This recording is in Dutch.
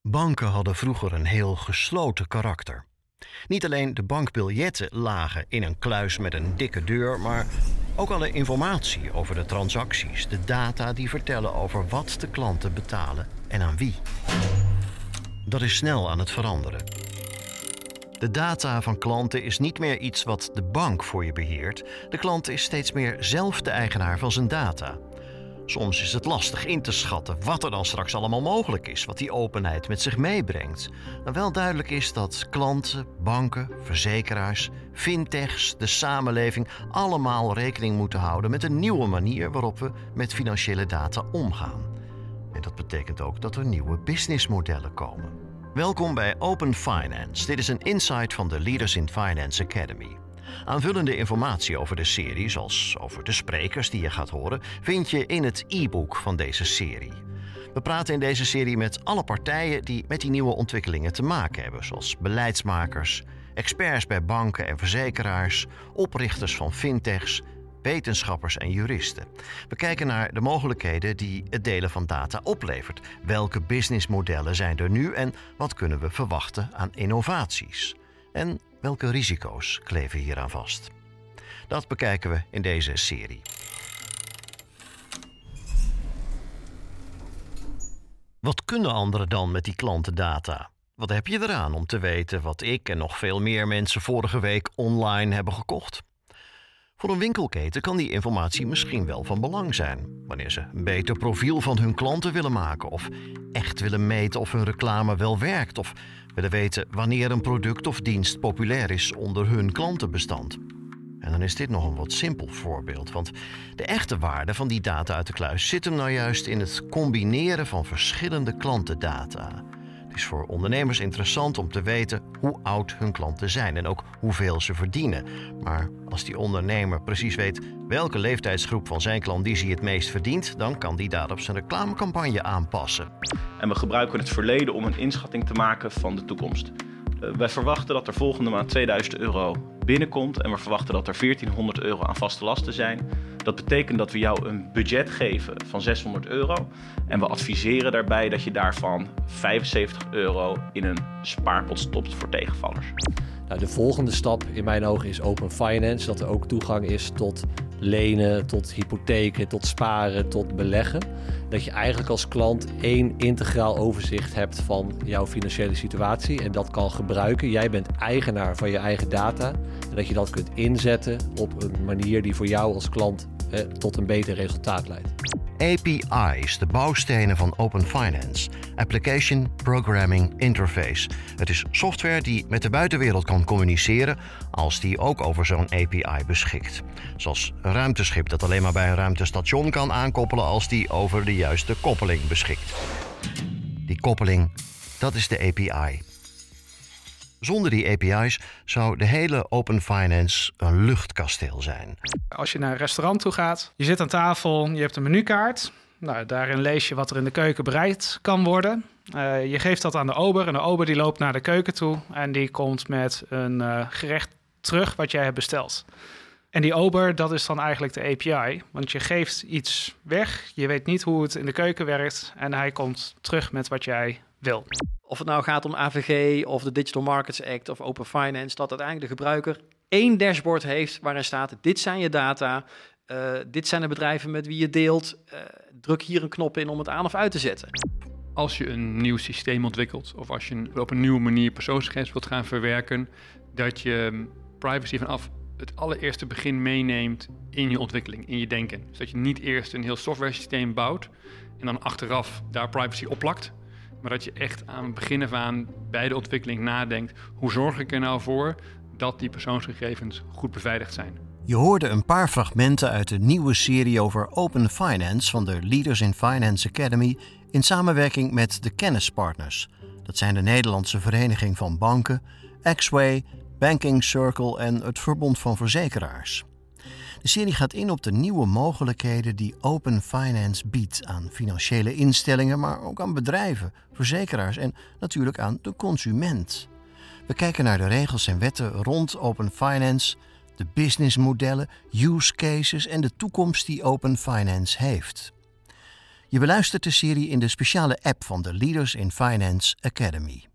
Banken hadden vroeger een heel gesloten karakter. Niet alleen de bankbiljetten lagen in een kluis met een dikke deur, maar ook alle informatie over de transacties, de data die vertellen over wat de klanten betalen en aan wie. Dat is snel aan het veranderen. De data van klanten is niet meer iets wat de bank voor je beheert. De klant is steeds meer zelf de eigenaar van zijn data. Soms is het lastig in te schatten wat er dan straks allemaal mogelijk is, wat die openheid met zich meebrengt. Maar wel duidelijk is dat klanten, banken, verzekeraars, fintechs, de samenleving allemaal rekening moeten houden met een nieuwe manier waarop we met financiële data omgaan. En dat betekent ook dat er nieuwe businessmodellen komen. Welkom bij Open Finance. Dit is een insight van de Leaders in Finance Academy. Aanvullende informatie over de serie, zoals over de sprekers die je gaat horen, vind je in het e-book van deze serie. We praten in deze serie met alle partijen die met die nieuwe ontwikkelingen te maken hebben, zoals beleidsmakers, experts bij banken en verzekeraars, oprichters van fintechs, wetenschappers en juristen. We kijken naar de mogelijkheden die het delen van data oplevert. Welke businessmodellen zijn er nu en wat kunnen we verwachten aan innovaties? En welke risico's kleven hieraan vast? Dat bekijken we in deze serie. Wat kunnen anderen dan met die klantendata? Wat heb je eraan om te weten wat ik en nog veel meer mensen vorige week online hebben gekocht? Voor een winkelketen kan die informatie misschien wel van belang zijn, wanneer ze een beter profiel van hun klanten willen maken of echt willen meten of hun reclame wel werkt of willen weten wanneer een product of dienst populair is onder hun klantenbestand. En dan is dit nog een wat simpel voorbeeld, want de echte waarde van die data uit de kluis zit hem nou juist in het combineren van verschillende klantendata. Het is voor ondernemers interessant om te weten hoe oud hun klanten zijn en ook hoeveel ze verdienen. Maar als die ondernemer precies weet welke leeftijdsgroep van zijn klandizie het meest verdient, dan kan die daarop zijn reclamecampagne aanpassen. En we gebruiken het verleden om een inschatting te maken van de toekomst. Wij verwachten dat er volgende maand 2000 euro binnenkomt en we verwachten dat er 1400 euro aan vaste lasten zijn. Dat betekent dat we jou een budget geven van 600 euro en we adviseren daarbij dat je daarvan 75 euro in een spaarpot stopt voor tegenvallers. Nou, de volgende stap in mijn ogen is open finance, dat er ook toegang is tot lenen, tot hypotheken, tot sparen, tot beleggen. Dat je eigenlijk als klant één integraal overzicht hebt van jouw financiële situatie en dat kan gebruiken. Jij bent eigenaar van je eigen data en dat je dat kunt inzetten op een manier die voor jou als klant tot een beter resultaat leidt. API's, de bouwstenen van Open Finance. Application Programming Interface. Het is software die met de buitenwereld kan communiceren als die ook over zo'n API beschikt. Zoals een ruimteschip dat alleen maar bij een ruimtestation kan aankoppelen als die over de juiste koppeling beschikt. Die koppeling, dat is de API. Zonder die API's zou de hele Open Finance een luchtkasteel zijn. Als je naar een restaurant toe gaat, je zit aan tafel, je hebt een menukaart. Nou, daarin lees je wat er in de keuken bereid kan worden. Je geeft dat aan de ober en de ober die loopt naar de keuken toe en die komt met een gerecht terug wat jij hebt besteld. En die ober, dat is dan eigenlijk de API, want je geeft iets weg, je weet niet hoe het in de keuken werkt en hij komt terug met wat jij wil. Of het nou gaat om AVG of de Digital Markets Act of Open Finance, dat uiteindelijk de gebruiker één dashboard heeft waarin staat: dit zijn je data, dit zijn de bedrijven met wie je deelt, druk hier een knop in om het aan of uit te zetten. Als je een nieuw systeem ontwikkelt of als je op een nieuwe manier persoonsgegevens wilt gaan verwerken, dat je privacy vanaf het allereerste begin meeneemt in je ontwikkeling, in je denken. Dus dat je niet eerst een heel software systeem bouwt en dan achteraf daar privacy op plakt, maar dat je echt aan het begin af aan bij de ontwikkeling nadenkt: hoe zorg ik er nou voor dat die persoonsgegevens goed beveiligd zijn? Je hoorde een paar fragmenten uit de nieuwe serie over Open Finance van de Leaders in Finance Academy in samenwerking met de Kennispartners. Dat zijn de Nederlandse Vereniging van Banken, Axway, Banking Circle en het Verbond van Verzekeraars. De serie gaat in op de nieuwe mogelijkheden die Open Finance biedt aan financiële instellingen, maar ook aan bedrijven, verzekeraars en natuurlijk aan de consument. We kijken naar de regels en wetten rond Open Finance, de businessmodellen, use cases en de toekomst die Open Finance heeft. Je beluistert de serie in de speciale app van de Leaders in Finance Academy.